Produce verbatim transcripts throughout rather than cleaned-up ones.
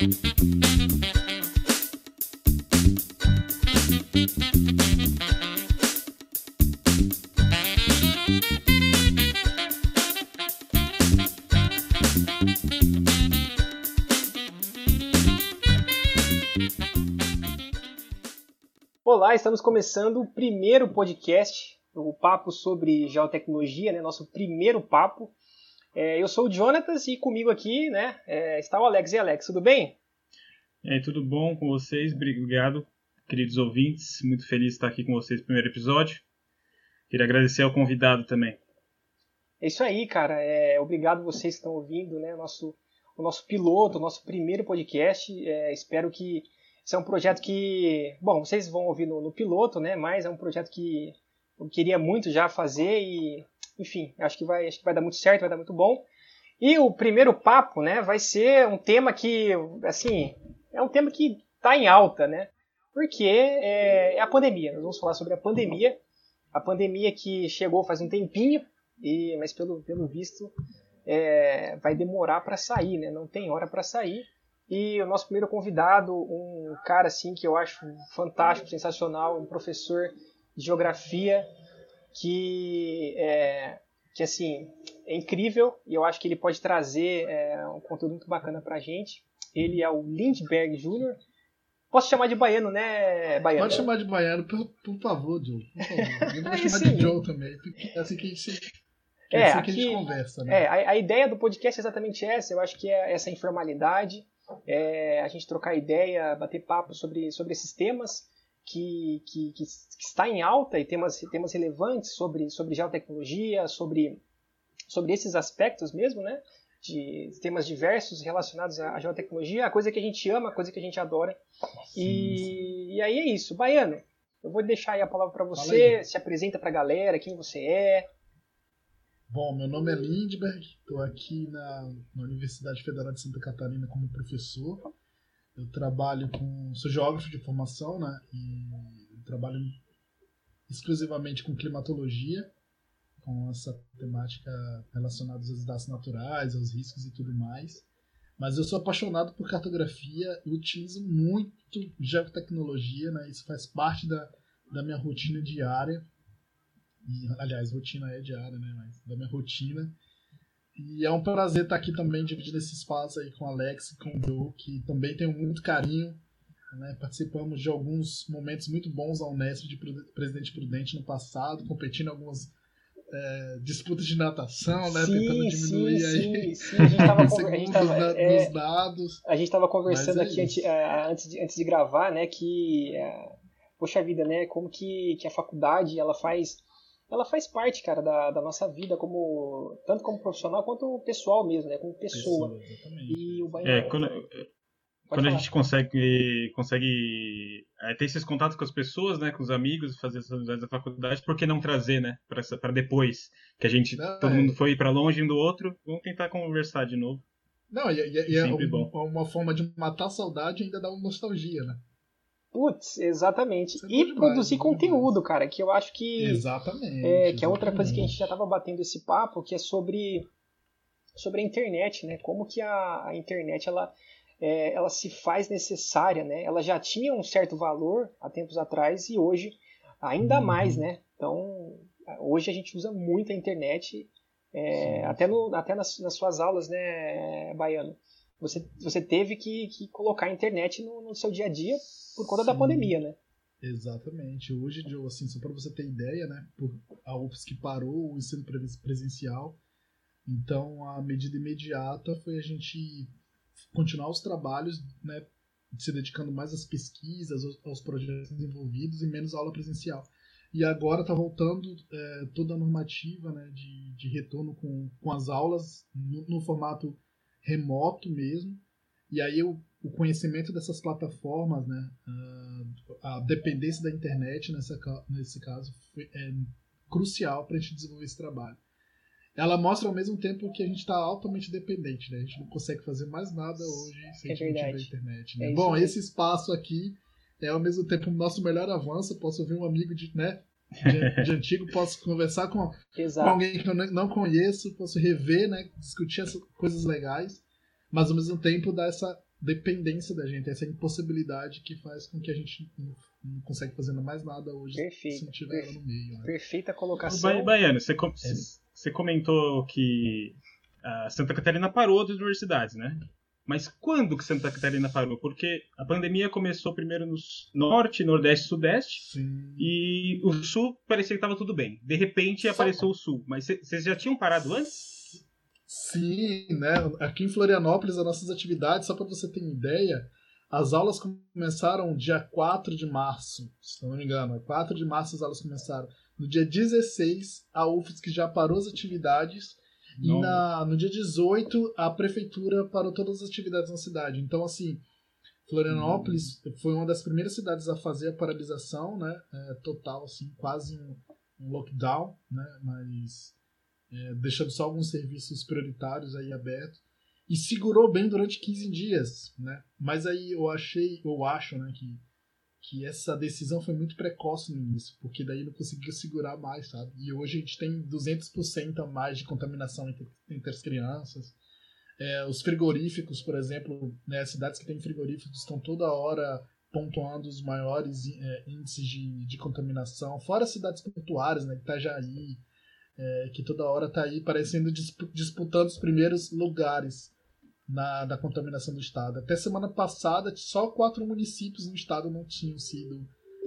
Olá, estamos começando o primeiro podcast, o papo sobre geotecnologia, né? Nosso primeiro papo. É, eu sou o Jonatas e comigo aqui, né, é, está o Alex. E Alex, tudo bem? É, tudo bom com vocês? Obrigado, queridos ouvintes. Muito feliz de estar aqui com vocês no primeiro episódio. Queria agradecer ao convidado também. É isso aí, cara. É, obrigado vocês que estão ouvindo, né, o nosso, o nosso piloto, o nosso primeiro podcast. É, espero que esse é um projeto que, bom, vocês vão ouvir no, no piloto, né? Mas é um projeto que eu queria muito já fazer e, enfim, acho que vai, acho que vai dar muito certo, vai dar muito bom. E o primeiro papo, né? Vai ser um tema que, assim, é um tema que está em alta, né? Porque é, é a pandemia. Nós vamos falar sobre a pandemia, a pandemia que chegou faz um tempinho, e, mas pelo, pelo visto é, vai demorar para sair, né? Não tem hora para sair. E o nosso primeiro convidado, um cara assim que eu acho fantástico, sensacional, um professor de geografia que, é, que assim, é incrível e eu acho que ele pode trazer é, um conteúdo muito bacana pra gente. Ele é o Lindbergh Júnior Posso chamar de baiano, né, baiano? Pode chamar de baiano, por, por favor, Joe. Por favor. Eu vou chamar sim. de Joe também, porque é assim que a gente, é, é assim aqui, que a gente conversa, né? É, a, a ideia do podcast é exatamente essa, eu acho que é essa informalidade. É, a gente trocar ideia, bater papo sobre, sobre esses temas que, que, que, que está em alta e temas, temas relevantes sobre, sobre geotecnologia, sobre, sobre esses aspectos mesmo, né? De temas diversos relacionados à geotecnologia, a coisa que a gente ama, a coisa que a gente adora. Sim, e, sim. e aí é isso. Baiano, eu vou deixar aí a palavra para você, se apresenta para a galera, quem você é. Bom, meu nome é Lindbergh, estou aqui na, na Universidade Federal de Santa Catarina como professor. Eu trabalho com... sou geógrafo de formação, né? E eu trabalho exclusivamente com climatologia, com essa temática relacionada aos desastres naturais, aos riscos e tudo mais. Mas eu sou apaixonado por cartografia e utilizo muito geotecnologia, né? Isso faz parte da, da minha rotina diária. E, aliás, rotina é diária, né? Mas da minha rotina. E é um prazer estar aqui também dividindo esse espaço aí com o Alex e com o Joe, que também tenho muito carinho, né? Participamos de alguns momentos muito bons ao Unesp de Presidente Prudente no passado, competindo em algumas é, disputas de natação, né? Sim, tentando diminuir sim, aí sim, sim. A gente estava nos, é, nos dados. A gente estava conversando é aqui antes, antes, de, antes de gravar, né? Que, é, poxa vida, né? Como que, que a faculdade ela faz... ela faz parte, cara, da, da nossa vida, como, tanto como profissional quanto pessoal mesmo, né? Como pessoa. pessoa exatamente. E o Bahia... É, quando, quando a gente consegue, consegue é, ter esses contatos com as pessoas, né, com os amigos, fazer essas amizades da faculdade, por que não trazer, né, para depois que a gente, não, todo é. mundo foi para longe um do outro, vamos tentar conversar de novo. Não, e, e, e é um, uma forma de matar a saudade e ainda dar uma nostalgia, né? Putz, exatamente. É e demais, produzir é conteúdo, demais. cara, que eu acho que... Exatamente. É, que é outra exatamente. coisa que a gente já estava batendo esse papo, que é sobre, sobre a internet, né? Como que a, a internet, ela, é, ela se faz necessária, né? Ela já tinha um certo valor há tempos atrás e hoje ainda uhum. mais, né? Então, hoje a gente usa muito a internet, é, sim, até, no, até nas, nas suas aulas, né, Baiano? Você, você teve que, que colocar a internet no, no seu dia a dia por conta Sim, da pandemia, né? Exatamente. Hoje, Joe, assim, só para você ter ideia, né? A U F S C parou o ensino presencial, então a medida imediata foi a gente continuar os trabalhos, né? Se dedicando mais às pesquisas, aos, aos projetos envolvidos e menos aula presencial. E agora está voltando é, toda a normativa, né? De, de retorno com, com as aulas no, no formato remoto mesmo, e aí o, o conhecimento dessas plataformas, né, a, a dependência da internet nessa, nesse caso foi, é crucial para a gente desenvolver esse trabalho. Ela mostra ao mesmo tempo que a gente está altamente dependente, né? A gente não consegue fazer mais nada hoje se a gente não tiver internet, né? É Bom, esse espaço aqui é ao mesmo tempo o nosso melhor avanço. Eu posso ouvir um amigo de, né, de, de antigo, posso conversar com, com alguém que eu não conheço, posso rever, né, discutir essas coisas legais, mas ao mesmo tempo dar essa dependência da gente, essa impossibilidade que faz com que a gente não, não consegue fazer mais nada hoje. Perfeito. Se não tiver ela no meio. Né? Perfeita colocação. Baiano, você, com, é. você comentou que a Santa Catarina parou das universidades, né? Mas quando que Santa Catarina parou? Porque a pandemia começou primeiro no norte, nordeste e sudeste. Sim. E o sul parecia que estava tudo bem. De repente Só... apareceu o sul. Mas vocês já tinham parado antes? Sim, né? Aqui em Florianópolis, as nossas atividades, só para você ter uma ideia, as aulas começaram dia quatro de março, se não me engano. quatro de março as aulas começaram. No dia dezesseis, a U F S C já parou as atividades. Não. E na, no dia dezoito, a prefeitura parou todas as atividades na cidade. Então, assim, Florianópolis hum. foi uma das primeiras cidades a fazer a paralisação, né? É, total, assim, quase um, um lockdown, né? Mas é, deixando só alguns serviços prioritários aí abertos. E segurou bem durante quinze dias, né? Mas aí eu achei, eu acho, né, que que essa decisão foi muito precoce no início, porque daí não conseguiu segurar mais, sabe? E hoje a gente tem duzentos por cento a mais de contaminação entre, entre as crianças. É, os frigoríficos, por exemplo, né, cidades que têm frigoríficos estão toda hora pontuando os maiores é, índices de, de contaminação, fora cidades portuárias, né, Itajaí, é, que toda hora está aí parecendo disputando os primeiros lugares Na, da contaminação do estado. Até semana passada, só quatro municípios no estado não tinham sido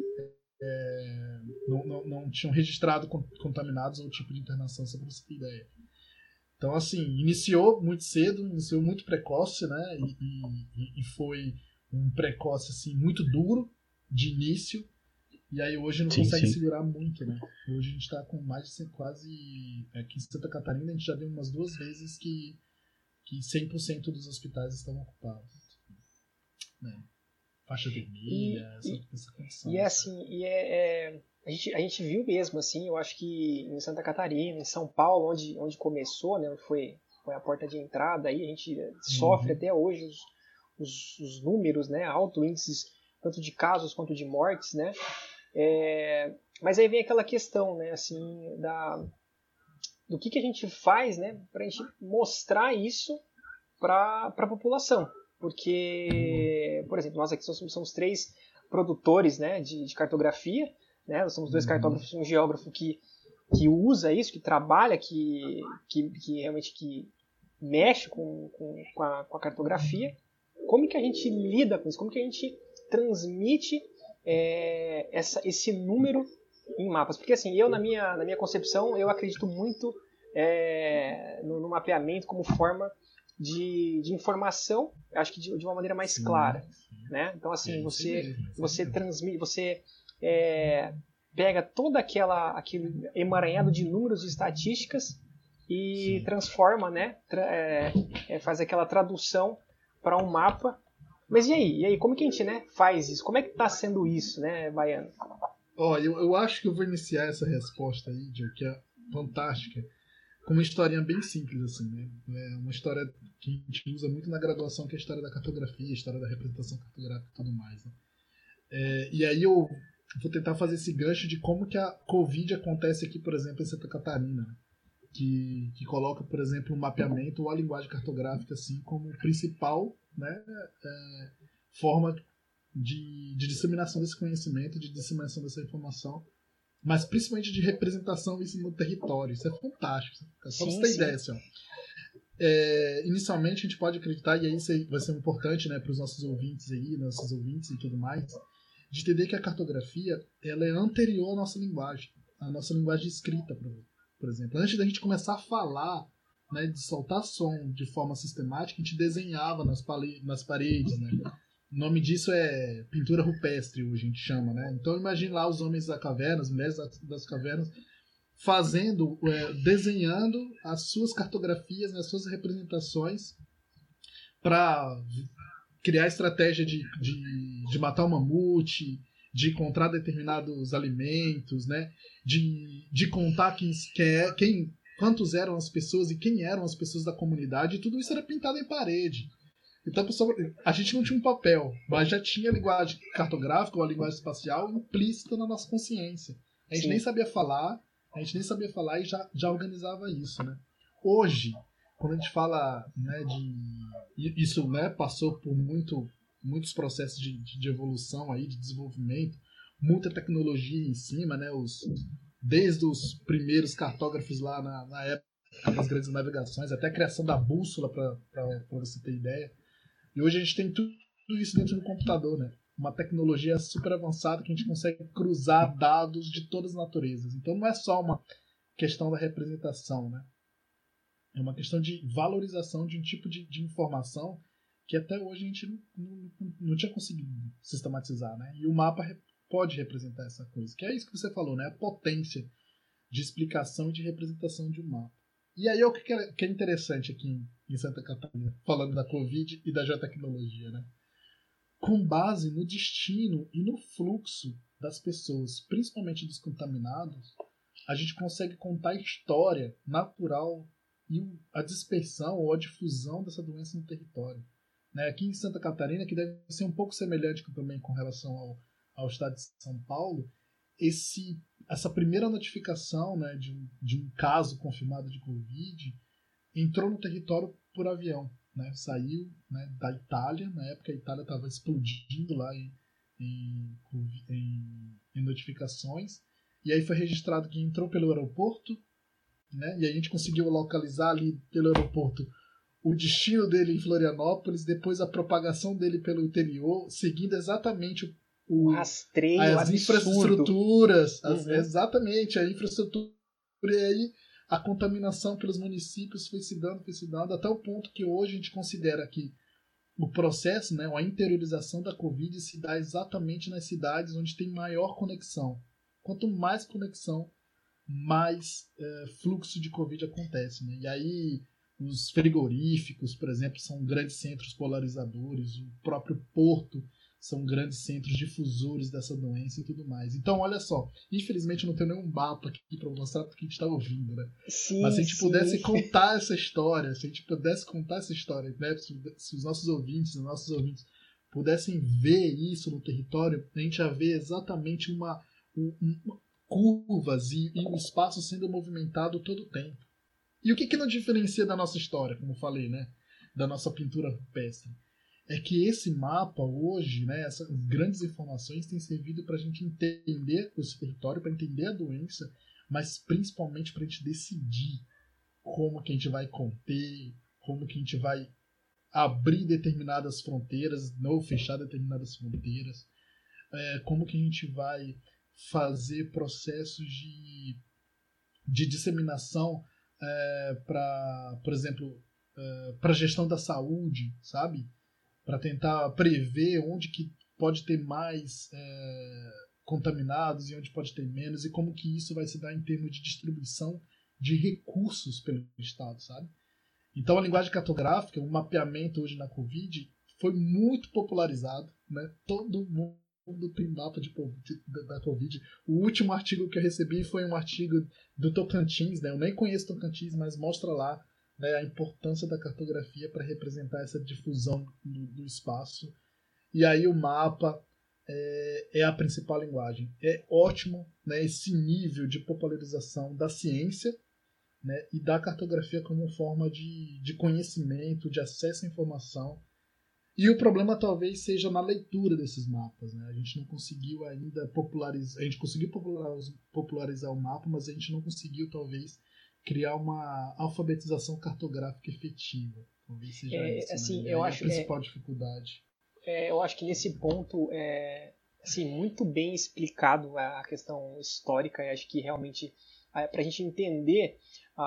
é, não, não, não tinham registrado contaminados ou tipo de internação, só para você ter ideia. Então, assim, iniciou muito cedo, iniciou muito precoce, né? E, e, e foi um precoce assim, muito duro de início. E aí hoje não sim, consegue sim. segurar muito, né? Hoje a gente está com mais de quase... Aqui em Santa Catarina a gente já deu umas duas vezes que que cem por cento dos hospitais estão ocupados. Né? Faixa vermelha, e, essa, e, essa condição. E é assim, e é, é, a, gente, a gente viu mesmo, assim, eu acho que em Santa Catarina, em São Paulo, onde, onde começou, né, foi, foi a porta de entrada, aí a gente sofre uhum. até hoje os, os, os números, né, altos índices, tanto de casos quanto de mortes, né, é, mas aí vem aquela questão, né, assim, da... do que, que a gente faz, né, para a gente mostrar isso para a população. Porque, por exemplo, nós aqui somos, somos três produtores, né, de, de cartografia, né, nós somos dois cartógrafos e um geógrafo que, que usa isso, que trabalha, que, que, que realmente que mexe com, com, com, a, com a cartografia. Como que a gente lida com isso? Como que a gente transmite é, essa, esse número em mapas? Porque assim, eu na minha, na minha concepção, eu acredito muito é, no, no mapeamento como forma de, de informação, acho que de, de uma maneira mais sim, clara, sim. Né? Então assim, é, você, mesmo, você transmite, você é, pega toda aquela aquele emaranhado de números e estatísticas e sim. transforma, né? Tra, é, é, faz aquela tradução para um mapa. Mas e aí? E aí, como que a gente, né, faz isso? Como é que está sendo isso, né, Baiano? Ó, eu, eu acho que eu vou iniciar essa resposta aí, Joe, que é fantástica, com uma historinha bem simples, assim, né? É uma história que a gente usa muito na graduação, que é a história da cartografia, a história da representação cartográfica e tudo mais, né? É, e aí eu vou tentar fazer esse gancho de como que a Covid acontece aqui, por exemplo, em Santa Catarina, né? que, que coloca, por exemplo, o mapeamento ou a linguagem cartográfica assim como principal, né, é, forma de, de disseminação desse conhecimento, de disseminação dessa informação, mas principalmente de representação isso no território. Isso é fantástico. Só sim, pra você ter sim. ideia, assim, ó. É, inicialmente a gente pode acreditar, e aí isso vai ser importante, né, para os nossos ouvintes aí, nossos ouvintes e tudo mais, de entender que a cartografia ela é anterior à nossa linguagem, à nossa linguagem escrita, por, por exemplo. Antes da gente começar a falar, né, de soltar som de forma sistemática, a gente desenhava nas, pale- nas paredes, né? O nome disso é pintura rupestre, hoje a gente chama, né? Então imagine lá os homens da caverna, as mulheres das cavernas, fazendo, é, desenhando as suas cartografias, as suas representações para criar estratégia de, de, de matar um mamute, de encontrar determinados alimentos, né? de, de contar quem, quem, quem, quantos eram as pessoas e quem eram as pessoas da comunidade, e tudo isso era pintado em parede. Então a, pessoa, a gente não tinha um papel, mas já tinha a linguagem cartográfica ou a linguagem espacial implícita na nossa consciência. A gente Sim. nem sabia falar, a gente nem sabia falar e já, já organizava isso, né? Hoje, quando a gente fala, né, de isso, né, passou por muito, muitos processos de, de evolução aí, de desenvolvimento, muita tecnologia em cima, né, os, desde os primeiros cartógrafos lá na, na época das grandes navegações, até a criação da bússola, para você ter ideia. E hoje a gente tem tudo isso dentro do computador, né? Uma tecnologia super avançada que a gente consegue cruzar dados de todas as naturezas. Então não é só uma questão da representação, né? É uma questão de valorização de um tipo de, de informação que até hoje a gente não, não, não tinha conseguido sistematizar, né? E o mapa re, pode representar essa coisa, que é isso que você falou, né? A potência de explicação e de representação de um mapa. E aí o que é, que é interessante aqui em, em Santa Catarina, falando da Covid e da geotecnologia, né? Com base no destino e no fluxo das pessoas, principalmente dos contaminados, a gente consegue contar a história natural e a dispersão ou a difusão dessa doença no território. Né? Aqui em Santa Catarina, que deve ser um pouco semelhante também com relação ao, ao estado de São Paulo, esse, essa primeira notificação, né, de, um, de um caso confirmado de Covid entrou no território por avião. Né? Saiu, né, da Itália, na época a Itália estava explodindo lá em, em, em, em notificações, e aí foi registrado que entrou pelo aeroporto, né, e a gente conseguiu localizar ali pelo aeroporto o destino dele em Florianópolis, depois a propagação dele pelo interior, seguindo exatamente o, o rastreio as absurdo. infraestruturas, uhum. as, exatamente, a infraestrutura, e aí a contaminação pelos municípios foi se dando, foi se dando, até o ponto que hoje a gente considera que o processo, né, a interiorização da Covid se dá exatamente nas cidades onde tem maior conexão. Quanto mais conexão, mais é, fluxo de Covid acontece. Né? E aí os frigoríficos, por exemplo, são grandes centros polarizadores, o próprio porto são grandes centros difusores dessa doença e tudo mais. Então, olha só, infelizmente eu não tenho nenhum mapa aqui para mostrar para quem está ouvindo, né? Sim, mas se a gente sim. pudesse contar essa história, se a gente pudesse contar essa história, né? se, se os nossos ouvintes, os nossos ouvintes pudessem ver isso no território, a gente ia ver exatamente uma, uma curvas e, e o espaço sendo movimentado todo o tempo. E o que, que não diferencia da nossa história, como eu falei, né? Da nossa pintura rupestre? É que esse mapa hoje, né, essas grandes informações têm servido para a gente entender esse território, para entender a doença, mas principalmente para a gente decidir como que a gente vai conter, como que a gente vai abrir determinadas fronteiras, não fechar determinadas fronteiras, é, como que a gente vai fazer processos de, de disseminação é, para, por exemplo, é, para a gestão da saúde, sabe? Para tentar prever onde que pode ter mais é, contaminados e onde pode ter menos, e como que isso vai se dar em termos de distribuição de recursos pelo Estado, sabe? Então a linguagem cartográfica, o mapeamento hoje na Covid, foi muito popularizado, né? Todo mundo tem mapa de, de, da Covid. O último artigo que eu recebi foi um artigo do Tocantins, né? Eu nem conheço Tocantins, mas mostra lá, né, a importância da cartografia para representar essa difusão do, do espaço. E aí o mapa é, é a principal linguagem. É ótimo, né, esse nível de popularização da ciência, né, e da cartografia como forma de, de conhecimento, de acesso à informação. E o problema talvez seja na leitura desses mapas. Né? A gente não conseguiu ainda popularizar, a gente conseguiu popularizar, popularizar o mapa, mas a gente não conseguiu talvez criar uma alfabetização cartográfica efetiva. Talvez seja é, isso, assim, né? eu é acho, a principal é, dificuldade. É, eu acho que nesse ponto é assim, muito bem explicado a questão histórica. Eu acho que realmente, para a gente entender a,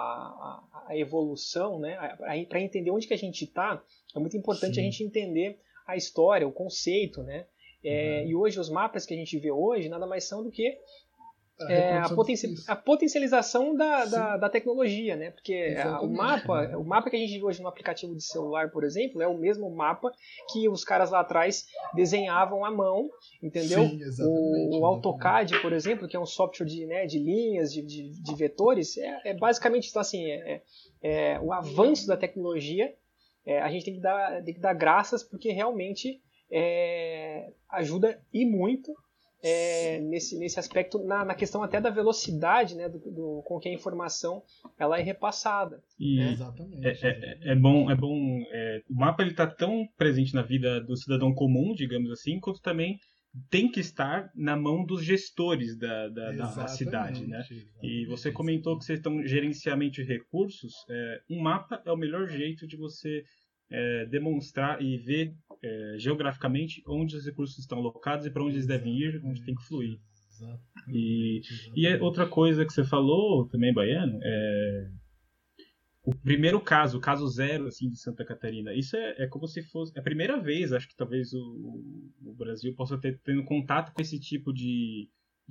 a, a evolução, né, para entender onde que a gente está, é muito importante Sim. a gente entender a história, o conceito. Né? É, uhum. E hoje os mapas que a gente vê hoje nada mais são do que A, é, a, poten a potencialização da, da, da tecnologia, né? Porque a, o, mapa, o mapa que a gente vê hoje no aplicativo de celular, por exemplo, é o mesmo mapa que os caras lá atrás desenhavam à mão, entendeu? Sim, exatamente, o, o AutoCAD, por exemplo, que é um software de, né, de linhas, de, de, de vetores, é, é basicamente então, assim, é, é, o avanço da tecnologia. É, a gente tem que, dar, tem que dar graças porque realmente é, ajuda e muito. é, nesse, nesse aspecto, na, na questão até da velocidade, né, do, do, com que a informação ela é repassada. E né? Exatamente. É, é, é bom, é bom é, o mapa está tão presente na vida do cidadão comum, digamos assim, quanto também tem que estar na mão dos gestores da, da, da, da cidade. Né? E você comentou que vocês estão gerenciamento de recursos. É, um mapa é o melhor jeito de você é, demonstrar e ver é, geograficamente onde os recursos estão alocados e para onde eles devem ir, onde tem que fluir. Exatamente, e, exatamente. e é outra coisa que você falou também, Baiano, é o primeiro caso, o caso zero assim, de Santa Catarina. Isso é, é como se fosse... É a primeira vez, acho que talvez o, o Brasil possa ter tendo contato com esse tipo de,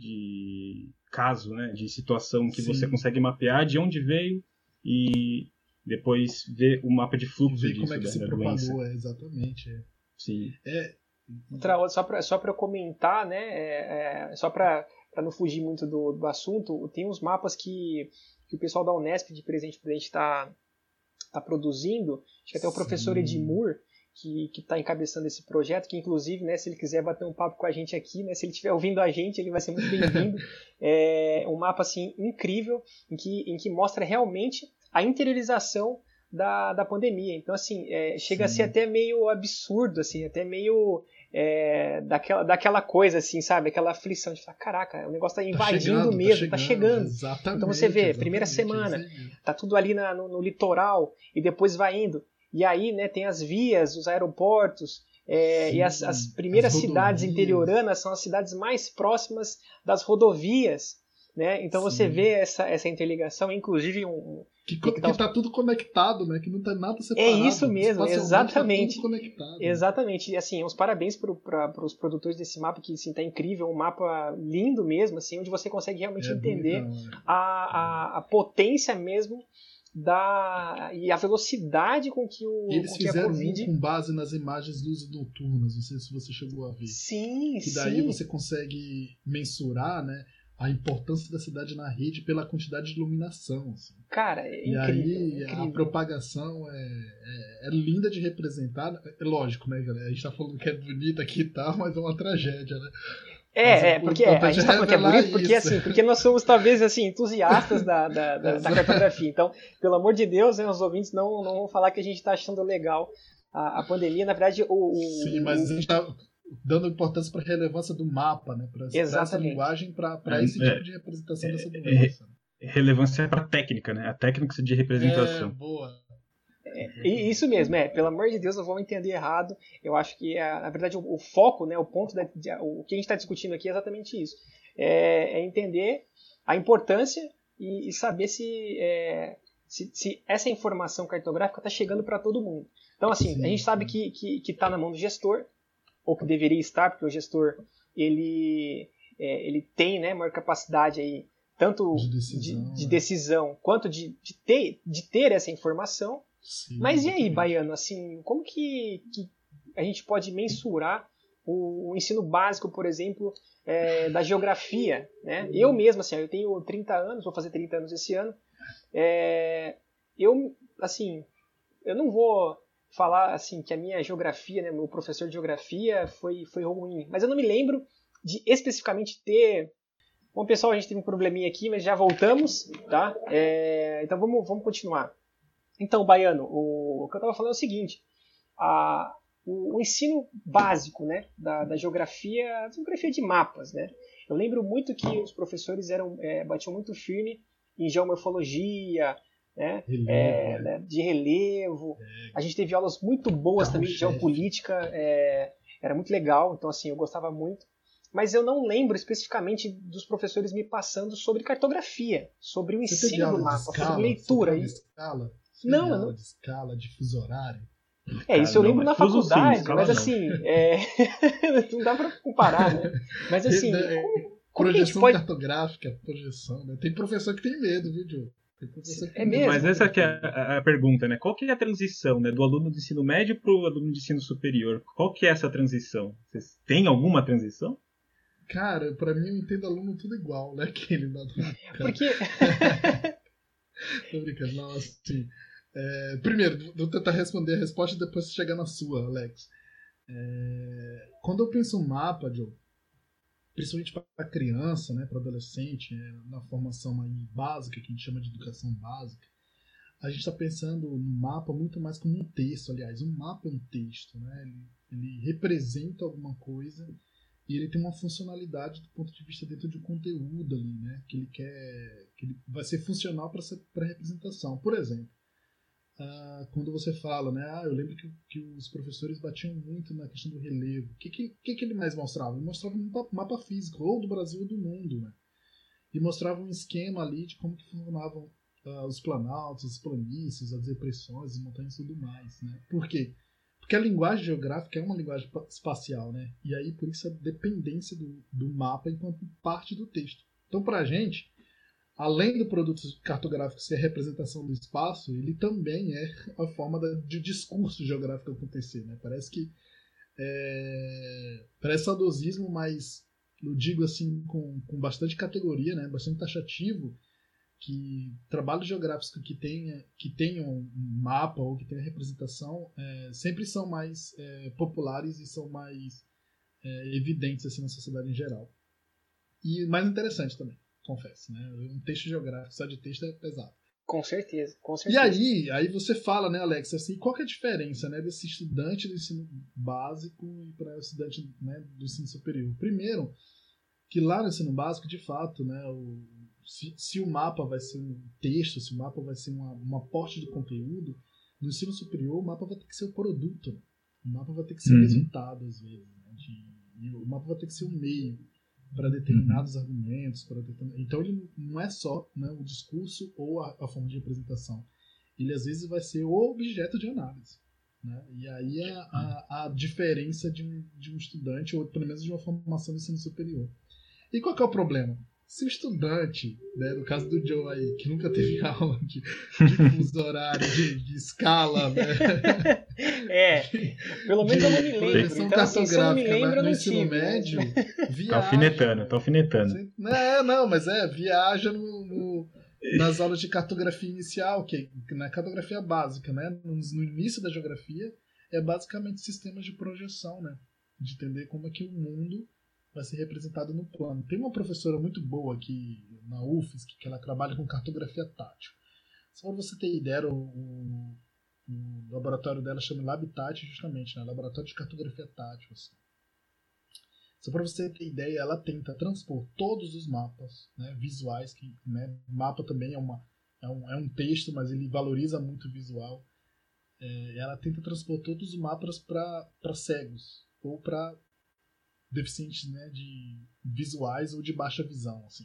de caso, né? De situação que Sim. você consegue mapear de onde veio e depois ver o mapa de fluxo ver disso, como é que da, se da propagou, doença. É, exatamente. É. Sim. É... Outra, só para só para comentar, né? É, é, só para não fugir muito do, do assunto, tem uns mapas que que o pessoal da Unesp de Presidente Prudente está tá produzindo. Acho que até o professor Edmur, que está encabeçando esse projeto, que inclusive, né, se ele quiser bater um papo com a gente aqui, né, se ele estiver ouvindo a gente, ele vai ser muito bem-vindo. É um mapa assim, incrível, em que, em que mostra realmente a interiorização da, da pandemia. Então, assim, é, chega Sim. a ser até meio absurdo, assim, até meio... É, daquela, daquela coisa assim, sabe? Aquela aflição de falar, caraca, o negócio tá invadindo tá chegando, mesmo, tá chegando. Tá chegando. Então você vê, primeira semana, tá tudo ali na, no, no litoral e depois vai indo. E aí, né, tem as vias, os aeroportos, é, Sim, e as, as primeiras as cidades interioranas são as cidades mais próximas das rodovias. Né? Então Sim. você vê essa, essa interligação, inclusive um... Que, que, que tá tudo conectado, né? Que não tá nada separado. É isso mesmo, exatamente. Tá tudo conectado. Exatamente. E assim, uns parabéns para os produtores desse mapa, que assim, tá incrível, um mapa lindo mesmo, assim, onde você consegue realmente é entender bonitão, é. a, a, a potência mesmo da e a velocidade com que o Eles com fizeram que a COVID... um com base nas imagens luzes noturnas, não sei se você chegou a ver. Sim, que daí sim. você consegue mensurar, né, a importância da cidade na rede pela quantidade de iluminação. Assim. Cara, é e incrível. aí incrível. a propagação é, é, é linda de representar. É lógico, né, galera? A gente tá falando que é bonita aqui e tal, mas é uma tragédia, né? É, é, porque é, a gente tá falando que é bonito porque, assim, porque nós somos talvez assim, entusiastas da, da, da, da cartografia. Então, pelo amor de Deus, né, os ouvintes não, não vão falar que a gente tá achando legal a, a pandemia. Na verdade, o. o Sim, mas o, a gente tá dando importância para a relevância do mapa, né? Para essa linguagem, para é, esse é, tipo de representação é, dessa doença. É, relevância para a técnica, né? A técnica de representação. É, boa. É, isso mesmo, é. Pelo amor de Deus, não vão entender errado. Eu acho que, na verdade, o, o foco, né, o ponto, da, de, o que a gente está discutindo aqui é exatamente isso. É, é entender a importância e, e saber se, é, se, se essa informação cartográfica está chegando para todo mundo. Então, assim, sim, a gente sabe que está que, que na mão do gestor, ou que deveria estar, porque o gestor ele, é, ele tem, né, maior capacidade aí, tanto de decisão, de, de é. decisão quanto de, de, ter, de ter essa informação. Sim, mas e aí, exatamente. Baiano, assim, como que, que a gente pode mensurar o, o ensino básico, por exemplo, é, da geografia? Né? Uhum. Eu mesmo, assim, eu tenho trinta anos, vou fazer trinta anos esse ano, é, eu, assim, eu não vou falar assim que a minha geografia, né, meu professor de geografia foi, foi ruim, mas eu não me lembro de especificamente ter... Bom, pessoal, a gente teve um probleminha aqui, mas já voltamos, tá? É, então vamos, vamos continuar. Então, Baiano, o, o que eu estava falando é o seguinte, a, o, o ensino básico, né, da, da geografia, geografia de mapas, né? Eu lembro muito que os professores eram, é, batiam muito firme em geomorfologia, né, relevo, é, é. né, de relevo. É. A gente teve aulas muito boas também de geopolítica, é, era muito legal, então assim, eu gostava muito. Mas eu não lembro especificamente dos professores me passando sobre cartografia, sobre o Você ensino do mapa, escala, sobre leitura. Você escala? Você não, aula não. de escala, de fuso horário? É, Cara, isso eu lembro não, na é faculdade, sim, mas não. assim, é... não dá pra comparar, né? Mas assim, é, como, como projeção pode... cartográfica, projeção, né? Tem professor que tem medo, viu, Diogo? É mesmo? Mas essa que é a, a pergunta, né? Qual que é a transição, né, do aluno de ensino médio para o aluno de ensino superior? Qual que é essa transição? Vocês têm alguma transição? Cara, pra mim eu entendo aluno tudo igual, né? Aquele lá do... Porque... Tô brincando, não, assim... É, primeiro, vou tentar responder a resposta e depois chegar na sua, Alex. É, quando eu penso em mapa, Joe, principalmente para criança, né, para adolescente, é, na formação aí básica, que a gente chama de educação básica, a gente está pensando no mapa muito mais como um texto. Aliás, um mapa é um texto, né? Ele, ele representa alguma coisa e ele tem uma funcionalidade do ponto de vista dentro de um conteúdo ali, né? Que ele quer, que ele vai ser funcional para a representação. Por exemplo, ah, quando você fala, né? Ah, eu lembro que, que os professores batiam muito na questão do relevo. O que, que, que, que ele mais mostrava? Ele mostrava um mapa, mapa físico, ou do Brasil ou do mundo, né? E mostrava um esquema ali de como que funcionavam Uh, os planaltos, as planícies, as depressões, as montanhas e tudo mais, né? Por quê? Porque a linguagem geográfica é uma linguagem espacial, né? E aí, por isso, a dependência do, do mapa enquanto parte do texto. Então, para a gente, além do produto cartográfico ser a representação do espaço, ele também é a forma da, de discurso geográfico acontecer, né? Parece que é, parece saudosismo, mas eu digo assim com, com bastante categoria, né? Bastante taxativo, que trabalhos geográficos que tenham que tenham um mapa ou que tenham representação é, sempre são mais é, populares e são mais é, evidentes assim, na sociedade em geral. E mais interessante também, confesso, né? Um texto geográfico só de texto é pesado. Com certeza, com certeza. E aí, aí você fala, né, Alex, assim, qual que é a diferença, né, desse estudante do ensino básico e para o estudante, né, do ensino superior? Primeiro, que lá no ensino básico, de fato, né, o Se, se o mapa vai ser um texto, se o mapa vai ser uma, uma aporte de conteúdo, no ensino superior o mapa vai ter que ser o produto. O mapa vai ter que ser o uhum. resultado, às vezes. Né? De, e o mapa vai ter que ser um meio para determinados uhum. argumentos. Para determin... Então ele não é só, né, o discurso ou a, a forma de apresentação. Ele às vezes vai ser o objeto de análise. Né? E aí é a, a diferença de um, de um estudante, ou pelo menos de uma formação do ensino superior. E qual que é o problema? Se o estudante, né, no caso do Joe aí, que nunca teve aula de, de fuso horário, de, de escala, né? É, pelo menos de, eu não me lembro. Então, assim, se eu não me lembro, eu no não ensino tive, médio, né? viaja. Tá alfinetando, tá alfinetando. Não, não, mas é, viaja no, no, nas aulas de cartografia inicial, que na cartografia básica, né? No, no início da geografia, é basicamente sistemas de projeção, né? De entender como é que o mundo vai ser representado no plano. Tem uma professora muito boa aqui na U F S C, que ela trabalha com cartografia tátil. Só para você ter ideia, o, o, o laboratório dela chama LabTátil, justamente, né? Laboratório de Cartografia Tátil. Assim. Só para você ter ideia, ela tenta transpor todos os mapas, né, visuais, que, né, mapa também é, uma, é, um, é um texto, mas ele valoriza muito o visual. É, ela tenta transpor todos os mapas para cegos, ou para deficientes, né, de visuais ou de baixa visão, assim.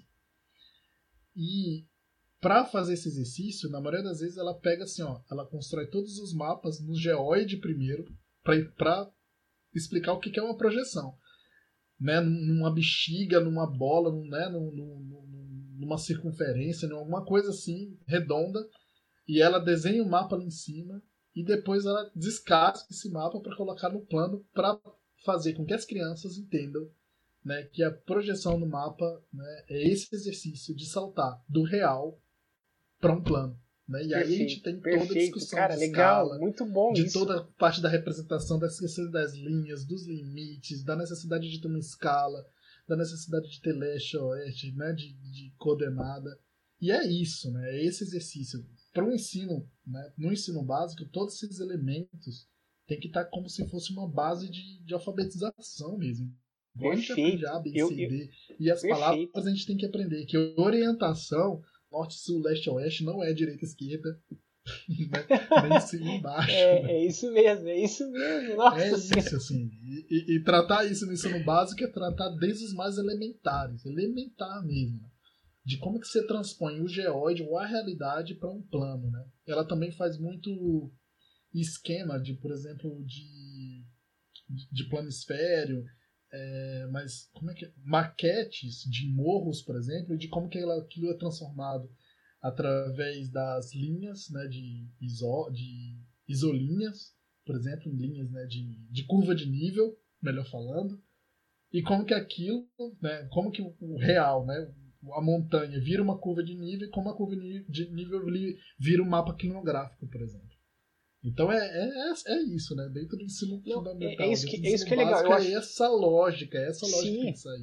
E para fazer esse exercício, na maioria das vezes ela pega assim, ó, ela constrói todos os mapas no geoide primeiro para explicar o que é uma projeção, né, numa bexiga, numa bola, num, né, numa circunferência, numa coisa assim redonda, e ela desenha o mapa ali em cima e depois ela descasca esse mapa para colocar no plano para fazer com que as crianças entendam, né, que a projeção no mapa, né, é esse exercício de saltar do real para um plano. Né? E perfeito, aí a gente tem perfeito, toda a discussão cara, de legal, escala, muito bom de isso. toda a parte da representação, da questão das linhas, dos limites, da necessidade de ter uma escala, da necessidade de ter leste, oeste, né, de, de coordenada. E é isso, né, é esse exercício. Para o ensino, né, no ensino básico, todos esses elementos tem que estar como se fosse uma base de, de alfabetização mesmo. Igual a gente aprende A, B, C, D. E as perfeito. Palavras a gente tem que aprender. Que orientação, norte, sul, leste, oeste, não é direita, esquerda. Nem cima e embaixo. É, né? é isso mesmo, é isso mesmo. Nossa é isso, senhora. Assim. E, e, e tratar isso no ensino básico é tratar desde os mais elementares. Elementar mesmo. Né? De como que você transpõe o geóide ou a realidade para um plano. Né? Ela também faz muito esquema de, por exemplo, de, de planisfério, é, mas como é que é? Maquetes de morros, por exemplo, e de como que ela, aquilo é transformado através das linhas, né, de, iso, de isolinhas, por exemplo, linhas, né, de, de curva de nível, melhor falando, e como que aquilo, né, como que o real, né, a montanha vira uma curva de nível e como a curva de nível vira um mapa quilonográfico, por exemplo. Então é, é, é isso, né? Dentro do ensino Não, fundamental. É isso que é, isso que é legal. Eu acho... É essa lógica, é essa lógica Sim. que tem que sair, né?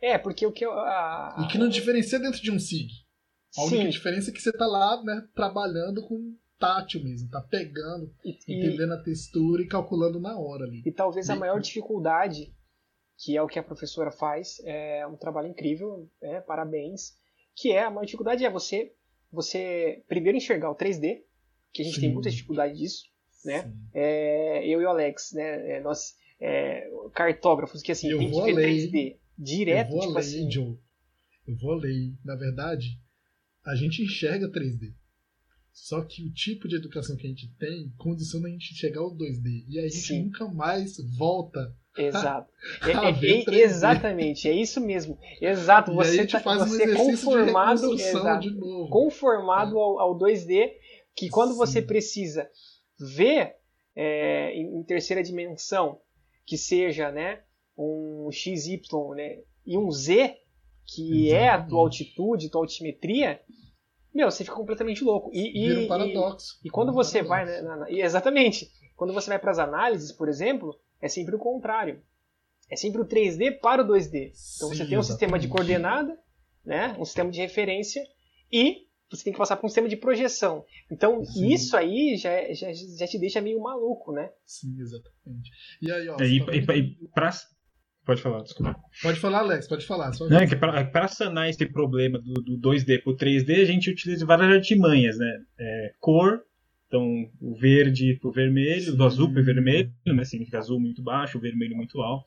É, porque o que... A, a, e que não diferencia dentro de um S I G. A sim. única diferença é que você tá lá, né, trabalhando com tátil mesmo, tá pegando, e, entendendo e, a textura e calculando na hora ali. E talvez Bem, a maior dificuldade, que é o que a professora faz, é um trabalho incrível, né, parabéns, que é a maior dificuldade é você, você primeiro enxergar o três D, que a gente sim. tem muita dificuldade disso, né? É, eu e o Alex, né, nós é, cartógrafos, que assim, eu tem vou que ver além, três D direto, eu vou tipo além, assim... Joe. Eu vou além. Na verdade, a gente enxerga três D. Só que o tipo de educação que a gente tem condiciona a gente chegar ao dois D. E a gente Sim. nunca mais volta. Exato. A, a é, é, exatamente, é isso mesmo. Exato. E você aí a gente tá, faz você um exercício conformado, de reconstrução exato, de novo. Conformado é. ao, ao dois D, que quando Sim. você precisa ver é, em, em terceira dimensão, que seja, né, um X Y, né, e um Z, que exatamente. É a tua altitude, tua altimetria, meu, você fica completamente louco. E, Vira e, um paradoxo. E, e quando um você paradoxo. vai... Na, na, exatamente. Quando você vai para as análises, por exemplo, é sempre o contrário. É sempre o três D para o dois D. Então Sim, você tem um exatamente. sistema de coordenada, né, um sistema de referência, e você tem que passar por um sistema de projeção. Então Sim. isso aí já, já, já te deixa meio maluco, né? Sim, exatamente. E aí, ó... É, e, tá e, e pra... Pode falar, desculpa. Pode falar, Alex, pode falar. Não, é que para sanar esse problema do, do dois D para o três D, a gente utiliza várias artimanhas, né? É, cor, então o verde para o vermelho, Sim. do azul para o vermelho, né? Significa azul muito baixo, vermelho muito alto.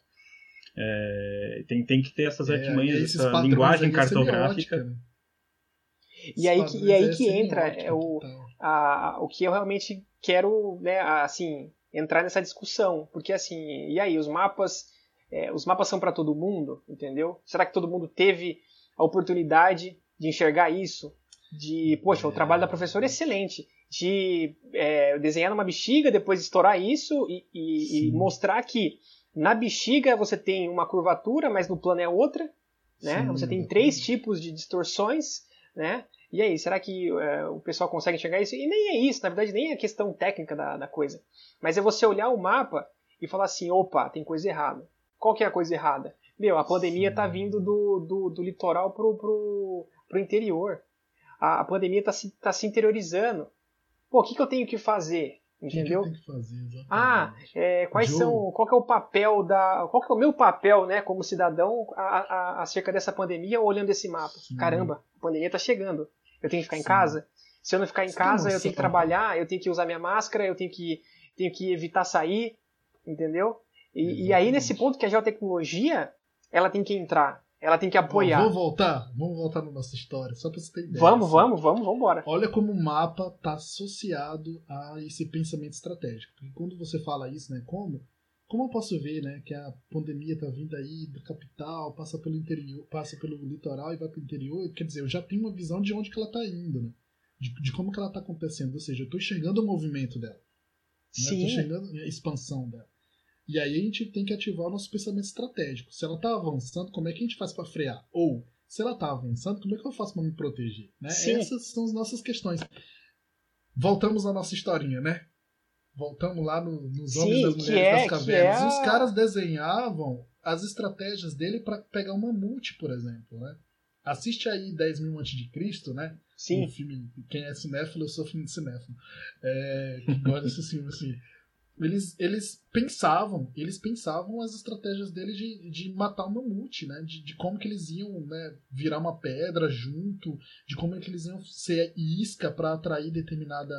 É, tem, tem que ter essas artimanhas, é, essa linguagem cartográfica. Né? E aí que, e aí que entra é o, a, o que eu realmente quero, né, assim, entrar nessa discussão. Porque assim, e aí, os mapas... É, os mapas são para todo mundo, entendeu? Será que todo mundo teve a oportunidade de enxergar isso? De, poxa, o trabalho da professora é excelente. De é, desenhar numa bexiga, depois estourar isso e, e, e mostrar que na bexiga você tem uma curvatura, mas no plano é outra. Né? Sim, você tem exatamente. Três tipos de distorções. Né? E aí, será que é, o pessoal consegue enxergar isso? E nem é isso, na verdade, nem é a questão técnica da, da coisa. Mas é você olhar o mapa e falar assim, opa, tem coisa errada. Qual que é a coisa errada? Meu, a pandemia está vindo do, do, do litoral pro, pro, pro interior. A, a pandemia está se, tá se interiorizando. Pô, o que, que eu tenho que fazer? Entendeu? O que, que eu tenho que fazer, exatamente. Ah, é, quais Joe. são... Qual que é o papel da... Qual que é o meu papel, né, como cidadão, a, a, acerca dessa pandemia, olhando esse mapa? Sim. Caramba, a pandemia está chegando. Eu tenho que ficar Sim. em casa? Se eu não ficar em Você casa, eu tenho que trabalhar, eu tenho que usar minha máscara, eu tenho que, tenho que evitar sair, entendeu? E, e aí, nesse ponto que a geotecnologia, ela tem que entrar, ela tem que apoiar. Vamos voltar, vamos voltar na nossa história, só para você ter ideia. Vamos, assim. vamos, vamos, vamos embora. Olha como o mapa está associado a esse pensamento estratégico. Porque quando você fala isso, né, como, como eu posso ver, né, que a pandemia está vindo aí da capital, passa pelo interior, passa pelo litoral e vai para o interior, quer dizer, eu já tenho uma visão de onde que ela está indo, né, de, de como que ela está acontecendo, ou seja, eu estou enxergando o movimento dela, estou né, enxergando a expansão dela. E aí a gente tem que ativar o nosso pensamento estratégico. Se ela está avançando, como é que a gente faz para frear? Ou, se ela está avançando, como é que eu faço para me proteger? Né? Essas são as nossas questões. Voltamos à nossa historinha, né? Voltamos lá no, nos Sim, Homens das Mulheres é, das Cavernas. É... Os caras desenhavam as estratégias dele para pegar um mamute, por exemplo, né? Assiste aí dez mil antes de Cristo, né? Sim. Um filme, quem é cinéfilo, eu sou filme de cinéfilo. É, que gosta desse filme, assim... Eles, eles pensavam, eles pensavam as estratégias deles de, de matar o mamute, né? De, de como que eles iam, né, virar uma pedra junto, de como é que eles iam ser isca para atrair determinada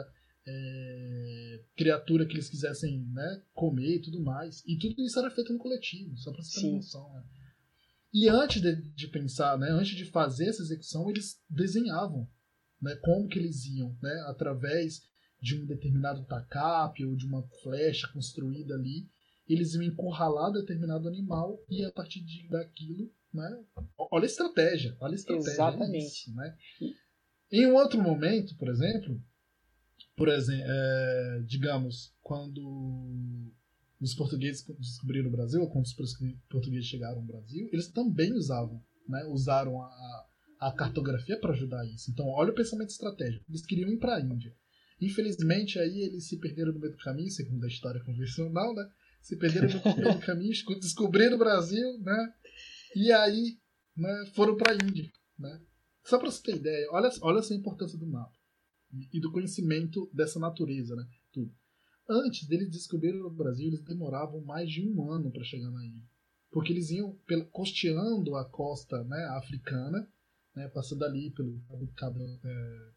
é, criatura que eles quisessem, né, comer e tudo mais. E tudo isso era feito no coletivo, só para você ter uma noção, né? E antes de, de pensar, né, antes de fazer essa execução, eles desenhavam, né, como que eles iam, né, através de um determinado tacape ou de uma flecha construída ali, eles iam encurralar determinado animal e a partir de, daquilo, né? Olha a estratégia, olha a estratégia. Exatamente. Isso, né? Em um outro momento, por exemplo, por exemplo, é, digamos, quando os portugueses descobriram o Brasil, ou quando os portugueses chegaram ao Brasil, eles também usavam, né? Usaram a, a cartografia para ajudar isso. Então, olha o pensamento estratégico. Eles queriam ir para a Índia. Infelizmente, aí eles se perderam no meio do caminho, segundo a história convencional, né? Se perderam no meio do caminho, descobriram o Brasil, né? E aí né, foram para a Índia. Né? Só para você ter ideia, olha, olha essa importância do mapa e do conhecimento dessa natureza. Né? Tudo. Antes deles descobrirem o Brasil, eles demoravam mais de um ano para chegar na Índia. Porque eles iam pelo, costeando a costa, né, africana, né, passando ali pelo Cabo, Cabo, é,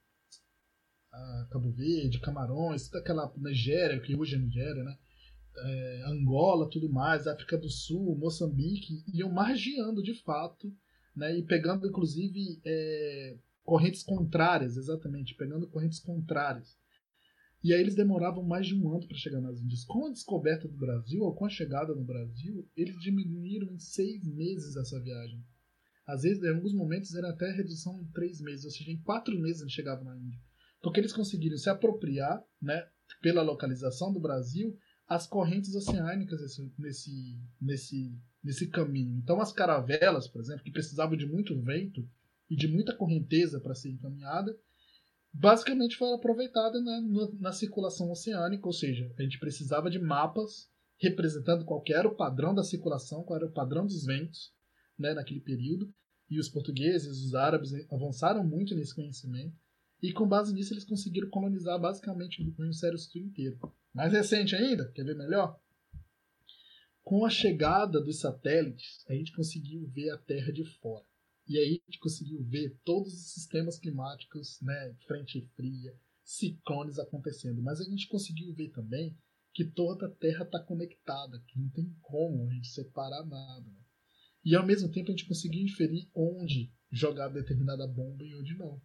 a Cabo Verde, Camarões, toda aquela Nigéria, que hoje é Nigéria, né, é, Angola, tudo mais, África do Sul, Moçambique, iam margeando de fato, né, e pegando inclusive é, correntes contrárias, exatamente, pegando correntes contrárias. E aí eles demoravam mais de um ano para chegar nas Índias. Com a descoberta do Brasil, ou com a chegada no Brasil, eles diminuíram em seis meses essa viagem. Às vezes, em alguns momentos, era até redução em três meses, ou seja, em quatro meses eles chegavam na Índia. Porque eles conseguiram se apropriar, né, pela localização do Brasil, as correntes oceânicas nesse, nesse, nesse, nesse caminho. Então, as caravelas, por exemplo, que precisavam de muito vento e de muita correnteza para ser encaminhada, basicamente foi aproveitada na, na circulação oceânica, ou seja, a gente precisava de mapas representando qual era o padrão da circulação, qual era o padrão dos ventos, né, naquele período, e os portugueses, os árabes avançaram muito nesse conhecimento, e com base nisso eles conseguiram colonizar basicamente o hemisfério sul inteiro. Mais recente ainda, quer ver melhor? Com a chegada dos satélites, a gente conseguiu ver a Terra de fora. E aí a gente conseguiu ver todos os sistemas climáticos, né, frente fria, ciclones acontecendo. Mas a gente conseguiu ver também que toda a Terra está conectada, que não tem como a gente separar nada. Né? E ao mesmo tempo a gente conseguiu inferir onde jogar determinada bomba e onde não.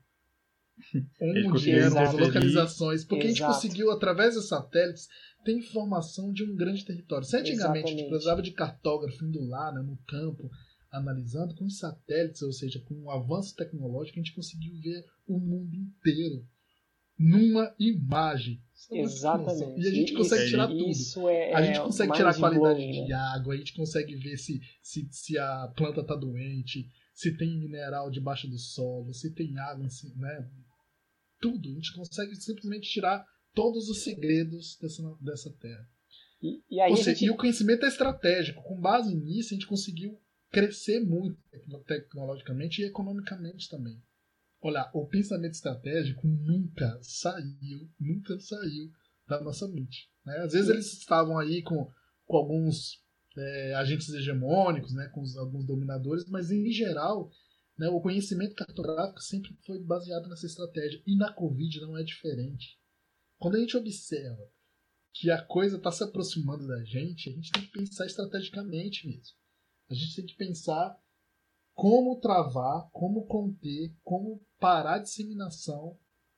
Onde eram as localizações. Porque Exato. A gente conseguiu, através dos satélites, ter informação de um grande território. Se antigamente Exatamente. A gente precisava de cartógrafo indo lá, né, no campo, analisando com os satélites, ou seja, com o avanço tecnológico, a gente conseguiu ver o mundo inteiro numa imagem. Exatamente. E a gente consegue tirar tudo. Isso é, a gente consegue tirar a qualidade blowing, de né? água, a gente consegue ver se, se, se a planta está doente, se tem mineral debaixo do solo, se tem água, né? Tudo. A gente consegue simplesmente tirar todos os segredos dessa, dessa terra. E, e, aí ou seja, gente... e o conhecimento é estratégico. Com base nisso, a gente conseguiu crescer muito tecnologicamente e economicamente também. Olha, o pensamento estratégico nunca saiu, nunca saiu da nossa mente. Né? Às vezes eles estavam aí com, com alguns é, agentes hegemônicos, né, com os, alguns dominadores, mas em geral, né, o conhecimento cartográfico sempre foi baseado nessa estratégia. E na Covid não é diferente. Quando a gente observa que a coisa está se aproximando da gente, a gente tem que pensar estrategicamente mesmo. A gente tem que pensar como travar, como conter, como parar a disseminação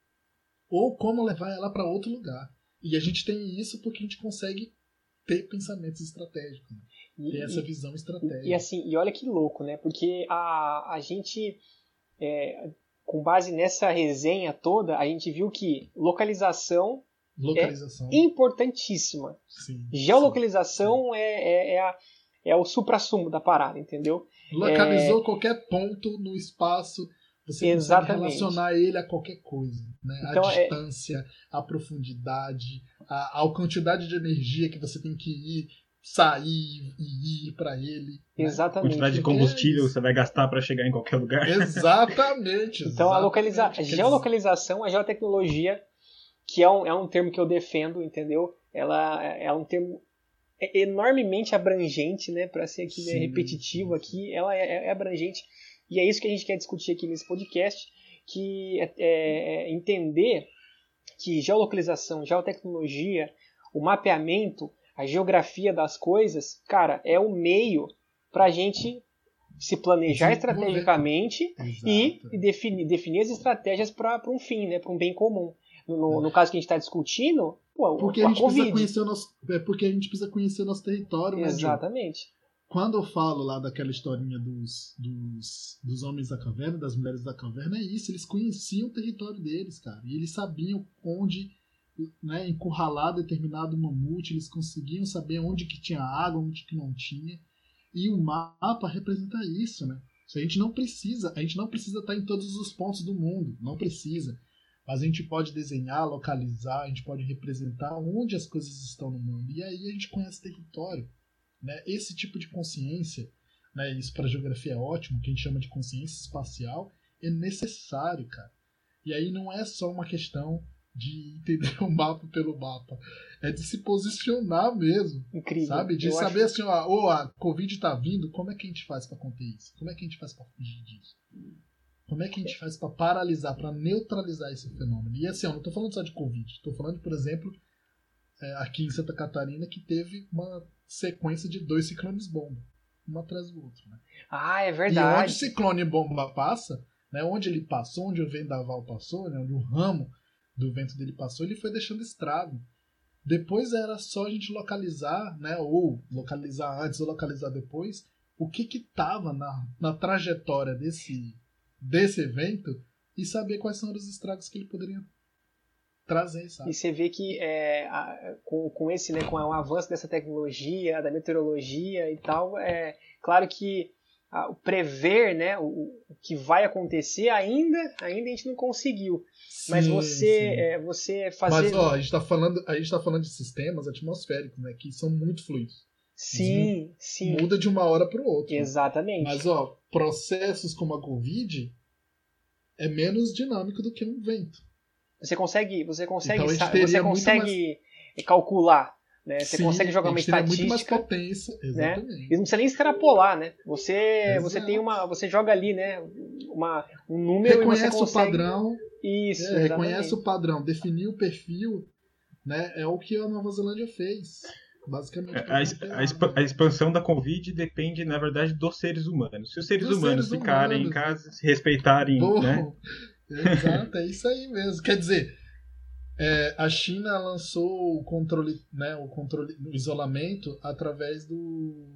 ou como levar ela para outro lugar. E a gente tem isso porque a gente consegue ter pensamentos estratégicos, né? e, ter essa e, visão estratégica. E, assim, e olha que louco, né? Porque a, a gente, é, com base nessa resenha toda, a gente viu que localização, localização. é importantíssima. Sim, Geolocalização sim. É, é, é, a, é o suprassumo da parada, entendeu? Localizou é... qualquer ponto no espaço, você Exatamente. consegue relacionar ele a qualquer coisa. Né? Então, a distância, é... a profundidade, a, a quantidade de energia que você tem que ir, sair e ir para ele. Exatamente. Né? Quantidade de combustível que é você vai gastar para chegar em qualquer lugar. Exatamente. Então, a localiza... geolocalização, a geotecnologia, que é um, é um termo que eu defendo, entendeu? Ela é um termo enormemente abrangente, né, para ser aqui, né, repetitivo aqui, ela é, é abrangente, e é isso que a gente quer discutir aqui nesse podcast, que é, é entender que geolocalização, geotecnologia, o mapeamento, a geografia das coisas, cara, é o meio para a gente se planejar estrategicamente e, e definir, definir as estratégias para um fim, né, para um bem comum. No, no caso que a gente está discutindo, pô, porque a, a gente precisa conhecer o nosso, é porque a gente precisa conhecer o nosso território, né, Exatamente. Joe? Quando eu falo lá daquela historinha dos, dos, dos homens da caverna, das mulheres da caverna, é isso, eles conheciam o território deles, cara, e eles sabiam onde, né, encurralar determinado mamute, eles conseguiam saber onde que tinha água, onde que não tinha, e o mapa representa isso, né? A gente não precisa, a gente não precisa estar em todos os pontos do mundo, não precisa. Mas a gente pode desenhar, localizar, a gente pode representar onde as coisas estão no mundo. E aí a gente conhece o território. Né? Esse tipo de consciência né, isso para geografia é ótimo, que a gente chama de consciência espacial, é necessário, cara. E aí não é só uma questão de entender o mapa pelo mapa, é de se posicionar mesmo. Incrível. Sabe? De Eu saber acho... assim, ó, oh, a Covid tá vindo, como é que a gente faz para conter isso? Como é que a gente faz para fugir disso? Como é que a gente faz para paralisar, para neutralizar esse fenômeno? E assim, eu não tô falando só de Covid, tô falando, por exemplo, é, aqui em Santa Catarina, que teve uma sequência de dois ciclones bomba, um atrás do outro, né? Ah, é E verdade. onde o ciclone bomba passa, né, onde ele passou, onde o vendaval passou, né, onde o ramo do vento dele passou, ele foi deixando estrago. Depois era só a gente localizar, né, ou localizar antes ou localizar depois, o que que estava na, na trajetória desse, desse evento e saber quais são os estragos que ele poderia trazer, sabe? E você vê que é, a, com, com esse, né, com o avanço dessa tecnologia, da meteorologia e tal, é claro que a, o prever, né, o, o que vai acontecer ainda, ainda a gente não conseguiu. Sim, mas você, é, você fazer... Mas ó, a gente está falando, a gente tá falando de sistemas atmosféricos, né, que são muito fluidos. Sim, sim. Muda de uma hora para o outro. Exatamente. Mas ó, processos como a Covid é menos dinâmico do que um vento. Você consegue, você consegue, então, você consegue mais... calcular, né? Você Sim, consegue jogar uma estatística, muito mais potência, exatamente. Né? E não precisa nem extrapolar, né? Você, você tem uma, você joga ali, né? Uma, um número reconhece e você consegue... o padrão. Isso. É, reconhece o padrão, definir o perfil, né? É o que a Nova Zelândia fez. Basicamente, a, a, exp a expansão da Covid depende, na verdade, dos seres humanos. Se os seres dos humanos seres ficarem humanos. em casa, se respeitarem, Bom, né? Exato, é isso aí mesmo. Quer dizer, é, a China lançou o controle, né, o controle, o isolamento através do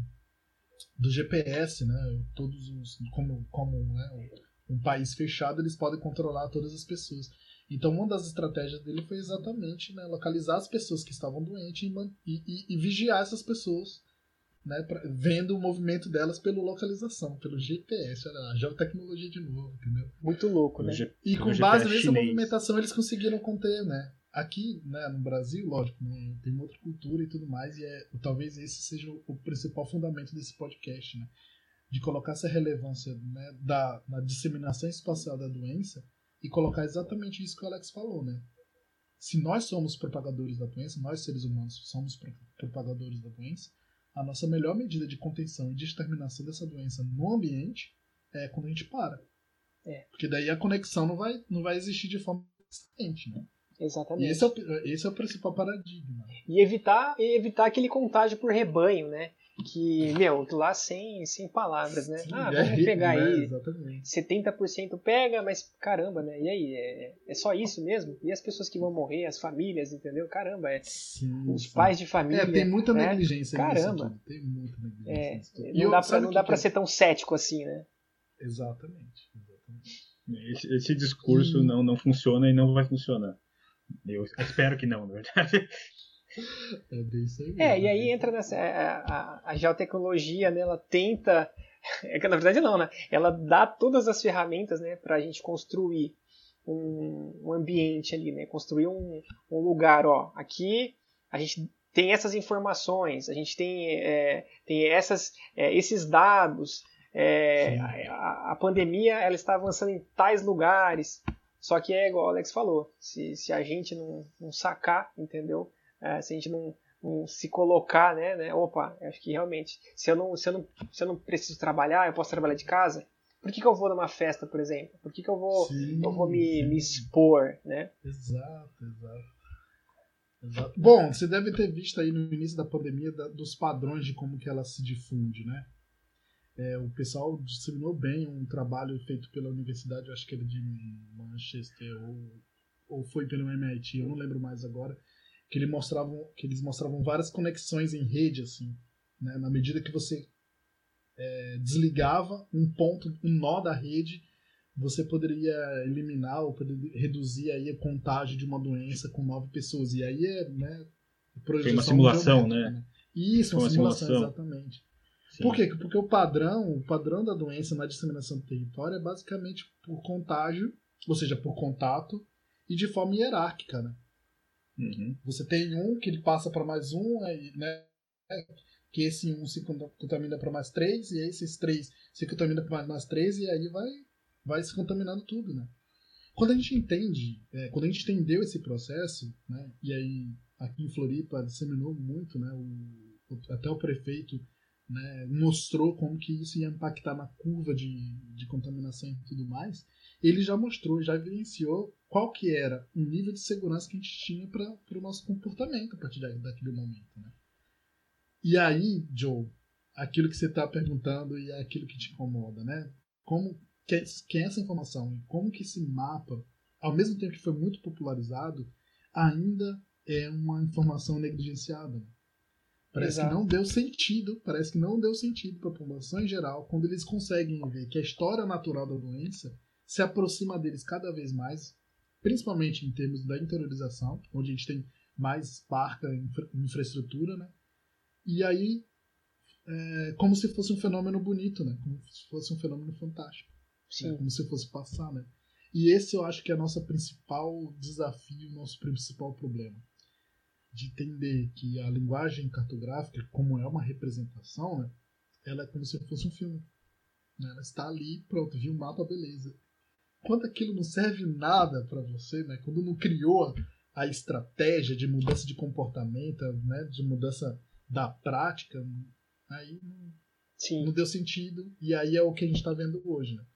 do G P S, né? Todos os como como né, um país fechado, eles podem controlar todas as pessoas. Então, uma das estratégias dele foi exatamente, né, localizar as pessoas que estavam doentes e, e, e, e vigiar essas pessoas, né, pra, vendo o movimento delas pela localização, pelo G P S. Olha lá, geotecnologia de novo, entendeu? Muito louco, né? G, e com base nessa chinês. movimentação eles conseguiram conter, né? Aqui, né, no Brasil, lógico, né, tem outra cultura e tudo mais, e é, talvez esse seja o, o principal fundamento desse podcast, né? De colocar essa relevância, né, da, da disseminação espacial da doença e colocar exatamente isso que o Alex falou, né? Se nós somos propagadores da doença, nós seres humanos somos propagadores da doença, a nossa melhor medida de contenção e de exterminação dessa doença no ambiente é quando a gente para. É. Porque daí a conexão não vai, não vai existir de forma consistente, né? Exatamente. E esse é, o, esse é o principal paradigma. E evitar, e evitar aquele contágio por rebanho, né? Que, meu, lá sem, sem palavras, né? Sim, ah, vamos é pegar rico, aí. Né? setenta por cento pega, mas caramba, né? E aí? É, é só isso mesmo? E as pessoas que vão morrer, as famílias, entendeu? Caramba, é. Sim, os sim. pais de família. É, tem muita né? negligência Caramba. nisso. Tem muita negligência é, nisso. Não eu, dá pra, não dá pra ser tão cético assim, né? Exatamente. exatamente. Esse, esse discurso e... não, não funciona e não vai funcionar. Eu espero que não, na verdade. É, bem isso aí, é, e aí entra nessa. A, a, a geotecnologia, né, ela tenta. É que na verdade não, né? Ela dá todas as ferramentas, né, pra gente construir um, um ambiente ali, né? Construir um, um lugar, ó. Aqui a gente tem essas informações, a gente tem, é, tem essas, é, esses dados. É, a, a pandemia ela está avançando em tais lugares. Só que é igual o Alex falou, se, se a gente não, não sacar, entendeu? É, se a gente não, não se colocar, né, né? Opa, acho que realmente, se eu, não, se, eu não, se eu não preciso trabalhar, eu posso trabalhar de casa, por que, que eu vou numa festa, por exemplo? Por que, que eu vou, sim, eu vou me, me expor, né? Exato, exato. exato. Bom, você deve ter visto aí no início da pandemia da, dos padrões de como que ela se difunde, né? É, o pessoal disseminou bem um trabalho feito pela universidade, eu acho que era de Manchester, ou, ou foi pelo M I T, eu não lembro mais agora, que, ele mostravam, que eles mostravam várias conexões em rede, assim, né? Na medida que você é, desligava um ponto, um nó da rede, você poderia eliminar ou poderia reduzir aí o contágio de uma doença com nove pessoas. E aí é, né, projeção uma simulação, né? né? Isso, uma, uma simulação, simulação, exatamente. Sim. Por quê? Porque o padrão, o padrão da doença na disseminação do território é basicamente por contágio, ou seja, por contato, e de forma hierárquica, né? Uhum. Você tem um que ele passa para mais um, aí, né? que esse um se contamina para mais três, e aí esses três se contamina para mais, mais três, e aí vai, vai se contaminando tudo, né? Quando a gente entende, é, quando a gente entendeu esse processo, né, e aí aqui em Floripa disseminou muito, né, o, até o prefeito, né, mostrou como que isso ia impactar na curva de, de contaminação e tudo mais, ele já mostrou, já evidenciou qual que era o nível de segurança que a gente tinha para o nosso comportamento a partir daquele momento, né? E aí, Joe, aquilo que você está perguntando e é aquilo que te incomoda, né? Como que, que é essa informação e como que esse mapa, ao mesmo tempo que foi muito popularizado, ainda é uma informação negligenciada, né? Parece Exato. que não deu sentido, parece que não deu sentido para a população em geral, quando eles conseguem ver que a história natural da doença se aproxima deles cada vez mais, principalmente em termos da interiorização, onde a gente tem mais parca, infra, infraestrutura, né? E aí, é, como se fosse um fenômeno bonito, né? Como se fosse um fenômeno fantástico. Sim. Né? Como se fosse passar, né? E esse eu acho que é o nosso principal desafio, o nosso principal problema. De entender que a linguagem cartográfica, como é uma representação, né, ela é como se fosse um filme. Né? Ela está ali, pronto, viu o mapa, beleza. Quando aquilo não serve nada para você, né, quando não criou a estratégia de mudança de comportamento, né, de mudança da prática, aí não, Sim. não deu sentido. E aí é o que a gente está vendo hoje. Né?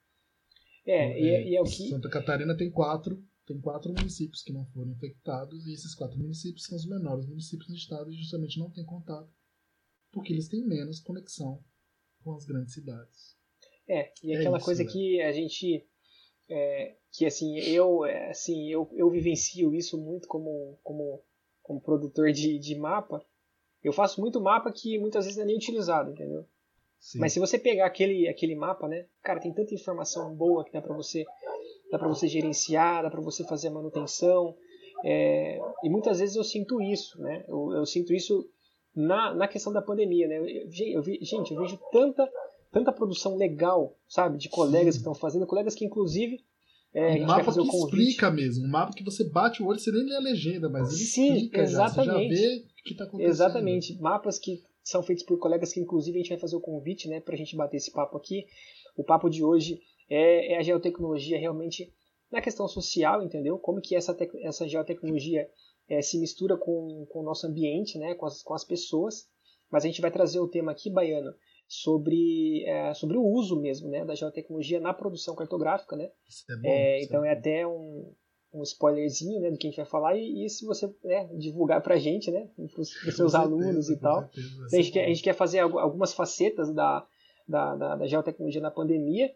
É, é, e é, e é o que... Santa Catarina tem quatro... Tem quatro municípios que não foram infectados, e esses quatro municípios são os menores municípios do estado e justamente não têm contato, porque eles têm menos conexão com as grandes cidades. É, e aquela é isso, coisa né? que a gente... É, que assim, eu, assim eu, eu vivencio isso muito como, como, como produtor de, de mapa. Eu faço muito mapa que muitas vezes não é nem utilizado, entendeu? Sim. Mas se você pegar aquele, aquele mapa, né? Cara, tem tanta informação boa que dá pra você... dá para você gerenciar, dá para você fazer a manutenção, é, e muitas vezes eu sinto isso, né? Eu, eu sinto isso na, na questão da pandemia, né? Eu, eu vi, gente, eu vejo tanta, tanta produção legal, sabe, de colegas Sim. que estão fazendo, colegas que inclusive é, um a gente mapa vai fazer que o convite. explica mesmo, um mapa que você bate o olho, você nem lê a legenda, mas ele Sim, explica exatamente. já, você já vê o que está acontecendo. Exatamente, mapas que são feitos por colegas que inclusive a gente vai fazer o convite, né, para a gente bater esse papo aqui. O papo de hoje é, é a geotecnologia realmente na questão social, entendeu? Como que essa, tec- essa geotecnologia é, se mistura com, com o nosso ambiente, né? com, as, com as pessoas. Mas a gente vai trazer o tema aqui, Baiano, sobre, é, sobre o uso mesmo, né, da geotecnologia na produção cartográfica. Né? Isso é bom, é, isso então é, é até um, um spoilerzinho, né, do que a gente vai falar. E, e se você, né, divulgar pra gente, né, para os seus alunos e tal. Certeza, a, gente quer, a gente quer fazer algumas facetas da, da, da, da geotecnologia na pandemia.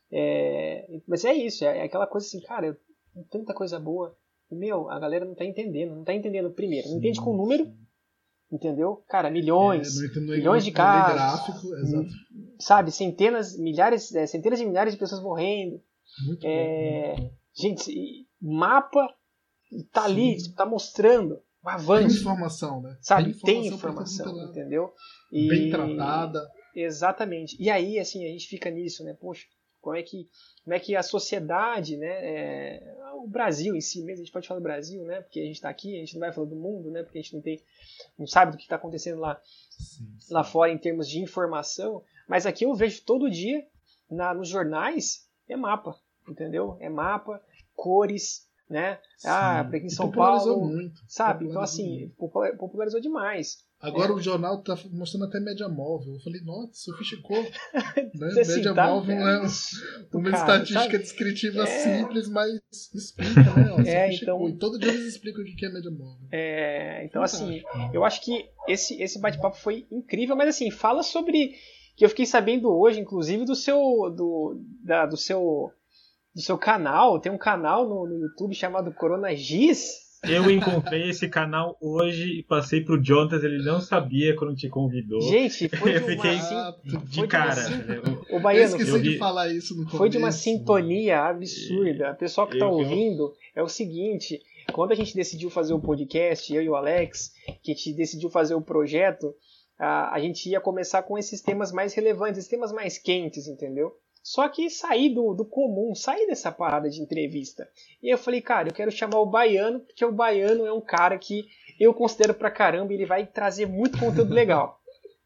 É, mas é isso, é aquela coisa assim, cara, tanta coisa boa, e meu, a galera não tá entendendo, não tá entendendo primeiro, não sim, entende com o número, sim. entendeu? Cara, milhões, é, não, não, milhões de casos, gráfico, exato. Sabe, centenas, milhares, é, centenas de milhares de pessoas morrendo, muito é, bom, muito bom. Gente, mapa tá sim. ali, tá mostrando um avanço. Tem informação, né? Sabe, tem informação, tem informação entendeu? E... Bem tratada. Exatamente, e aí assim, a gente fica nisso, né, poxa, Como é, que, como é que a sociedade, né, é, o Brasil em si mesmo, a gente pode falar do Brasil, né, porque a gente está aqui, a gente não vai falar do mundo, né, porque a gente não, tem, não sabe do que está acontecendo lá, sim, sim. lá fora em termos de informação, mas aqui eu vejo todo dia, na, nos jornais, é mapa, entendeu? É mapa, cores, né, sim. ah, aqui em São popularizou Paulo, muito. sabe, então assim, muito. popularizou demais. Agora é. o jornal tá mostrando até média móvel. Eu falei, nossa, sofisticou. Né? Média tá, móvel é, é uma cara, estatística sabe? descritiva é... simples, mas explica, né? Ó, é, então... E todo dia eles explicam o que é média móvel. É, então, Fantástico. assim, eu acho que esse, esse bate-papo foi incrível, mas assim, fala sobre. Que eu fiquei sabendo hoje, inclusive, do seu. Do, da, do seu. Do seu canal. Tem um canal no, no YouTube chamado Corona Giz. Eu encontrei esse canal hoje e passei pro Jontas, ele não sabia quando te convidou. Gente, foi de eu fiquei uma, de cara. O Baiano, eu esqueci eu vi... de falar isso no começo. Foi de uma sintonia absurda. O pessoal que está ouvindo, é o seguinte, quando a gente decidiu fazer o podcast, eu e o Alex, que a gente decidiu fazer o projeto, a, a gente ia começar com esses temas mais relevantes, esses temas mais quentes, entendeu? Só que sair do, do comum, sair dessa parada de entrevista. E eu falei, cara, eu quero chamar o Baiano, porque o Baiano é um cara que eu considero pra caramba, ele vai trazer muito conteúdo legal.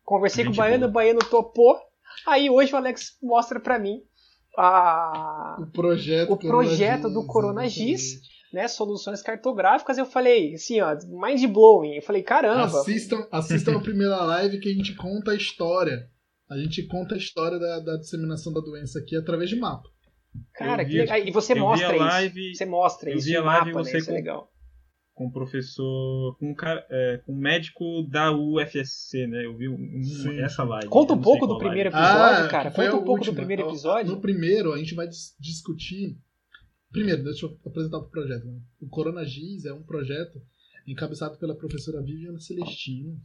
Conversei com o Baiano, boa. O Baiano topou. Aí hoje o Alex mostra pra mim a... o projeto, o projeto do CoronaGIS, né, soluções cartográficas. Eu falei assim, ó, mind blowing. Eu falei, caramba. Assistam, assistam a primeira live que a gente conta a história. A gente conta a história da, da disseminação da doença aqui através de mapa. Cara, que legal. E você mostra isso. Live, você mostra eu isso. Eu vi a live mapa, e você né? Isso com, é legal. com o professor, com, é, com um médico da U F S C, né? Eu vi um, Sim. essa live. Conta um pouco do primeiro live. episódio, ah, cara. Conta um pouco última. do primeiro episódio. No primeiro, a gente vai discutir... Primeiro, deixa eu apresentar o projeto. Né? O CoronaGIS é um projeto encabeçado pela professora Viviana Celestino,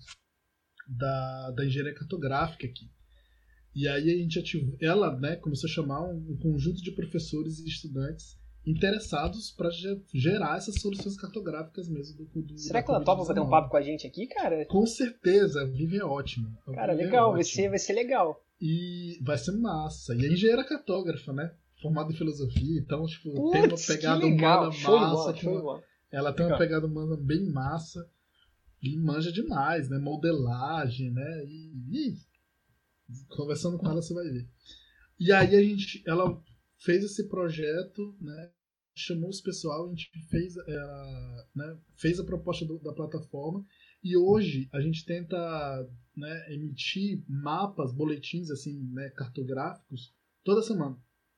da, da Engenharia Cartográfica aqui. E aí a gente ativou, ela, né, começou a chamar um, um conjunto de professores e estudantes interessados para gerar essas soluções cartográficas mesmo do, do Será que ela topa bater um papo com a gente aqui, cara? Com certeza, a Vivian é ótima. A cara, Vivian legal, é vai, ser, vai ser legal. E vai ser massa. E a engenheira cartógrafa, né? Formada em filosofia, então, tipo, Puts, tem uma pegada humana massa. Bola, tem uma, ela tem legal. uma pegada humana bem massa e manja demais, né? Modelagem, né? E, e conversando com ela você vai ver. E aí a gente, ela fez esse projeto, né? Chamou os pessoal, a gente fez, é, né? fez a proposta do, da plataforma e hoje a gente tenta, né, emitir mapas, boletins assim, né, cartográficos toda semana.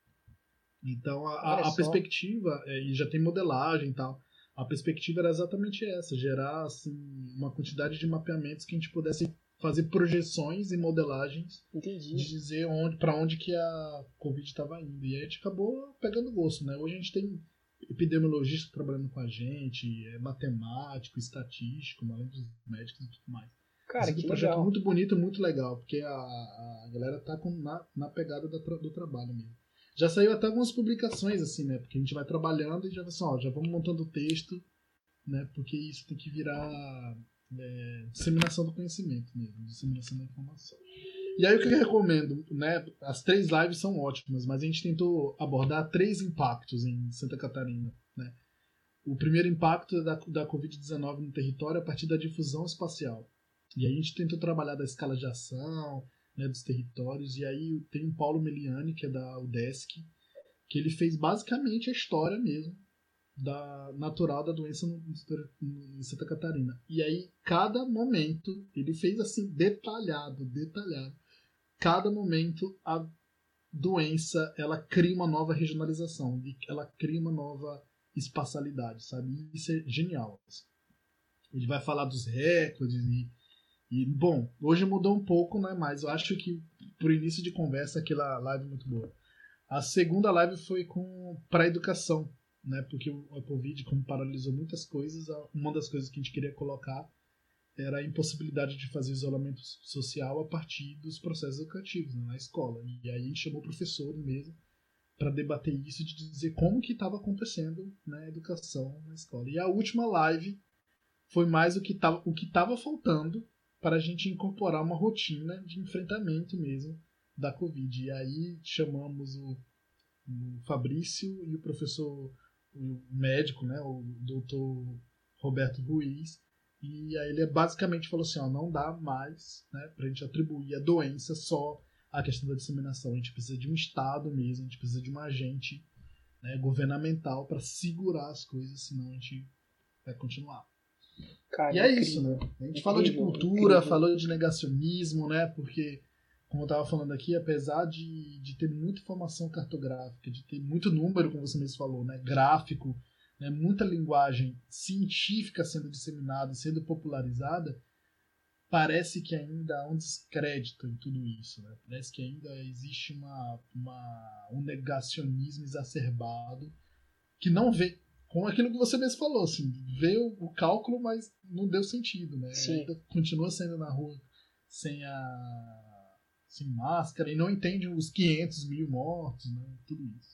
Então a, a perspectiva, é, e já tem modelagem e tal, a perspectiva era exatamente essa, gerar assim, uma quantidade de mapeamentos que a gente pudesse fazer projeções e modelagens. Entendi. De dizer onde, para onde que a Covid estava indo. E aí a gente acabou pegando gosto, né? Hoje a gente tem epidemiologista trabalhando com a gente, é matemático, estatístico, além dos médicos e tudo mais. Cara, Esse que é um projeto legal. muito bonito e muito legal, porque a, a galera tá com, na, na pegada do, tra, do trabalho mesmo. Já saiu até algumas publicações, assim, né? Porque a gente vai trabalhando e já vai assim, ó, já vamos montando o texto, né? Porque isso tem que virar é, disseminação do conhecimento mesmo, disseminação da informação. E aí o que eu recomendo, né? As três lives são ótimas, mas a gente tentou abordar três impactos em Santa Catarina, né? O primeiro impacto é da, da covid dezenove no território a partir da difusão espacial. E aí a gente tentou trabalhar da escala de ação, né, dos territórios, e aí tem o Paulo Meliani, que é da UDESC, que ele fez basicamente a história mesmo da natural da doença no, no, em Santa Catarina. E aí, cada momento, ele fez assim, detalhado, detalhado. Cada momento, a doença, ela cria uma nova regionalização, ela cria uma nova espacialidade, sabe? E isso é genial. Ele vai falar dos recordes e E, bom, hoje mudou um pouco, né? Mas eu acho que, por início de conversa, aquela live é muito boa. A segunda live foi com para educação, né? Porque a Covid, como paralisou muitas coisas, uma das coisas que a gente queria colocar era a impossibilidade de fazer isolamento social a partir dos processos educativos, né, na escola. E aí a gente chamou professores mesmo para debater isso, de dizer como que estava acontecendo, né, a educação na escola. E a última live foi mais o que estava o que estava faltando para a gente incorporar uma rotina de enfrentamento mesmo da Covid. E aí chamamos o, o Fabrício e o professor, o médico, né, o doutor Roberto Ruiz, e aí ele basicamente falou assim, ó, não dá mais, né, para a gente atribuir a doença só à questão da disseminação. A gente precisa de um Estado mesmo, a gente precisa de um agente, né, governamental para segurar as coisas, senão a gente vai continuar. Cara, e é incrível, isso, né? A gente incrível, falou de cultura, incrível. falou de negacionismo, né? Porque, como eu estava falando aqui, apesar de, de ter muita informação cartográfica, de ter muito número, como você mesmo falou, né? Gráfico, né? Muita linguagem científica sendo disseminada e sendo popularizada, parece que ainda há um descrédito em tudo isso, né? Parece que ainda existe uma, uma, um negacionismo exacerbado que não vê... Com aquilo que você mesmo falou, assim, veio o cálculo, mas não deu sentido, né? Ainda continua saindo na rua sem a sem máscara e não entende os quinhentos mil mortos, né? Tudo isso.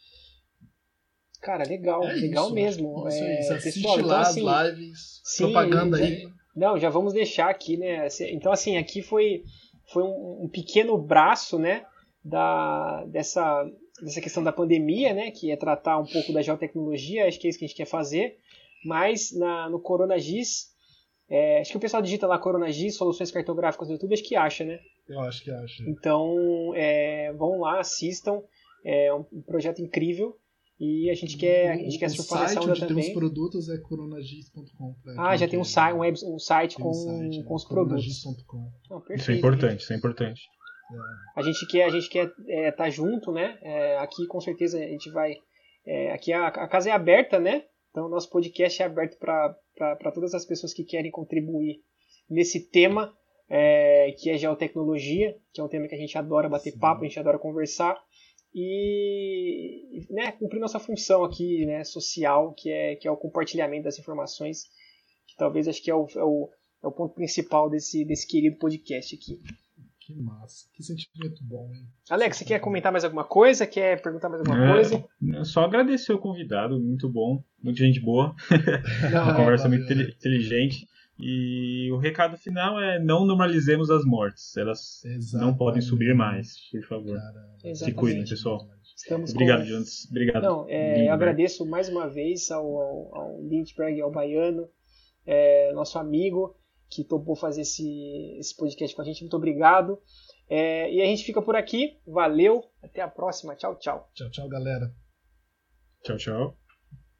Cara, legal, é legal isso, mesmo. Isso é, é isso. Assiste pessoal, lá então, as assim, lives, sim, propaganda já, aí. Não, já vamos deixar aqui, né? Então, assim, aqui foi, foi um, um pequeno braço, né? Da, dessa... dessa questão da pandemia, né, que é tratar um pouco da geotecnologia, acho que é isso que a gente quer fazer, mas na, no CoronaGIS É, acho que o pessoal digita lá CoronaG, soluções cartográficas no YouTube, acho que acha, né? Eu acho que acha. Então, é, vão lá, assistam. É um projeto incrível. E a gente quer, a gente o, quer o surfar nessa site onda onde também. tem os produtos é coronagis ponto com. Ah, já tem um site, um, web, um site com, um site, com é, os produtos. Não, perfeito, isso é importante, isso é importante. É. A gente quer, a gente quer é, tá junto, né? É, aqui com certeza a gente vai. É, aqui a, a casa é aberta, né? Então o nosso podcast é aberto para todas as pessoas que querem contribuir nesse tema, é, que é geotecnologia, que é um tema que a gente adora bater Sim. papo, a gente adora conversar. E né, cumprir nossa função aqui, né, social, que é, que é o compartilhamento das informações, que talvez acho que é o, é o, é o ponto principal desse, desse querido podcast aqui. Que massa, que sentimento bom, hein? Alex, você quer comentar mais alguma coisa? Quer perguntar mais alguma é, coisa? Só agradecer o convidado, muito bom, muita gente boa, Não, uma é, conversa valeu, muito é. inteligente. E o recado final é: não normalizemos as mortes. Elas Exatamente. não podem subir mais, por favor. Caramba. Se cuidem, pessoal. Estamos Obrigado, com... Jones. Obrigado. Não, é, eu agradeço mais uma vez ao, ao, ao Lindbergh, ao Baiano, é, nosso amigo, que topou fazer esse, esse podcast com a gente. Muito obrigado. É, e a gente fica por aqui. Valeu. Até a próxima. Tchau, tchau. Tchau, tchau, galera. Tchau, tchau.